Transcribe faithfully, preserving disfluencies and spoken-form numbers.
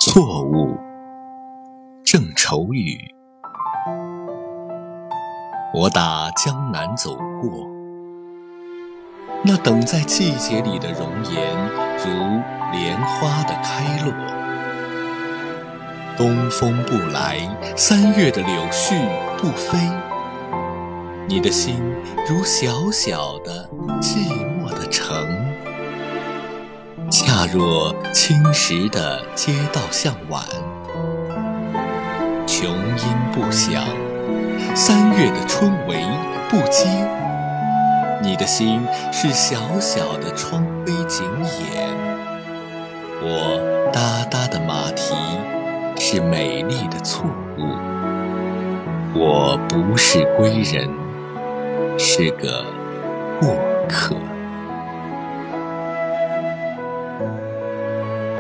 错误，郑愁予。我打江南走过，那等在季节里的容颜，如莲花的开落。东风不来，三月的柳絮不飞，你的心如小小的寂寞的城，恰若青石的街道向晚。琼音不响，三月的春雷不接，你的心是小小的窗扉紧掩。我哒哒的马蹄是美丽的错误，我不是归人，是个过客。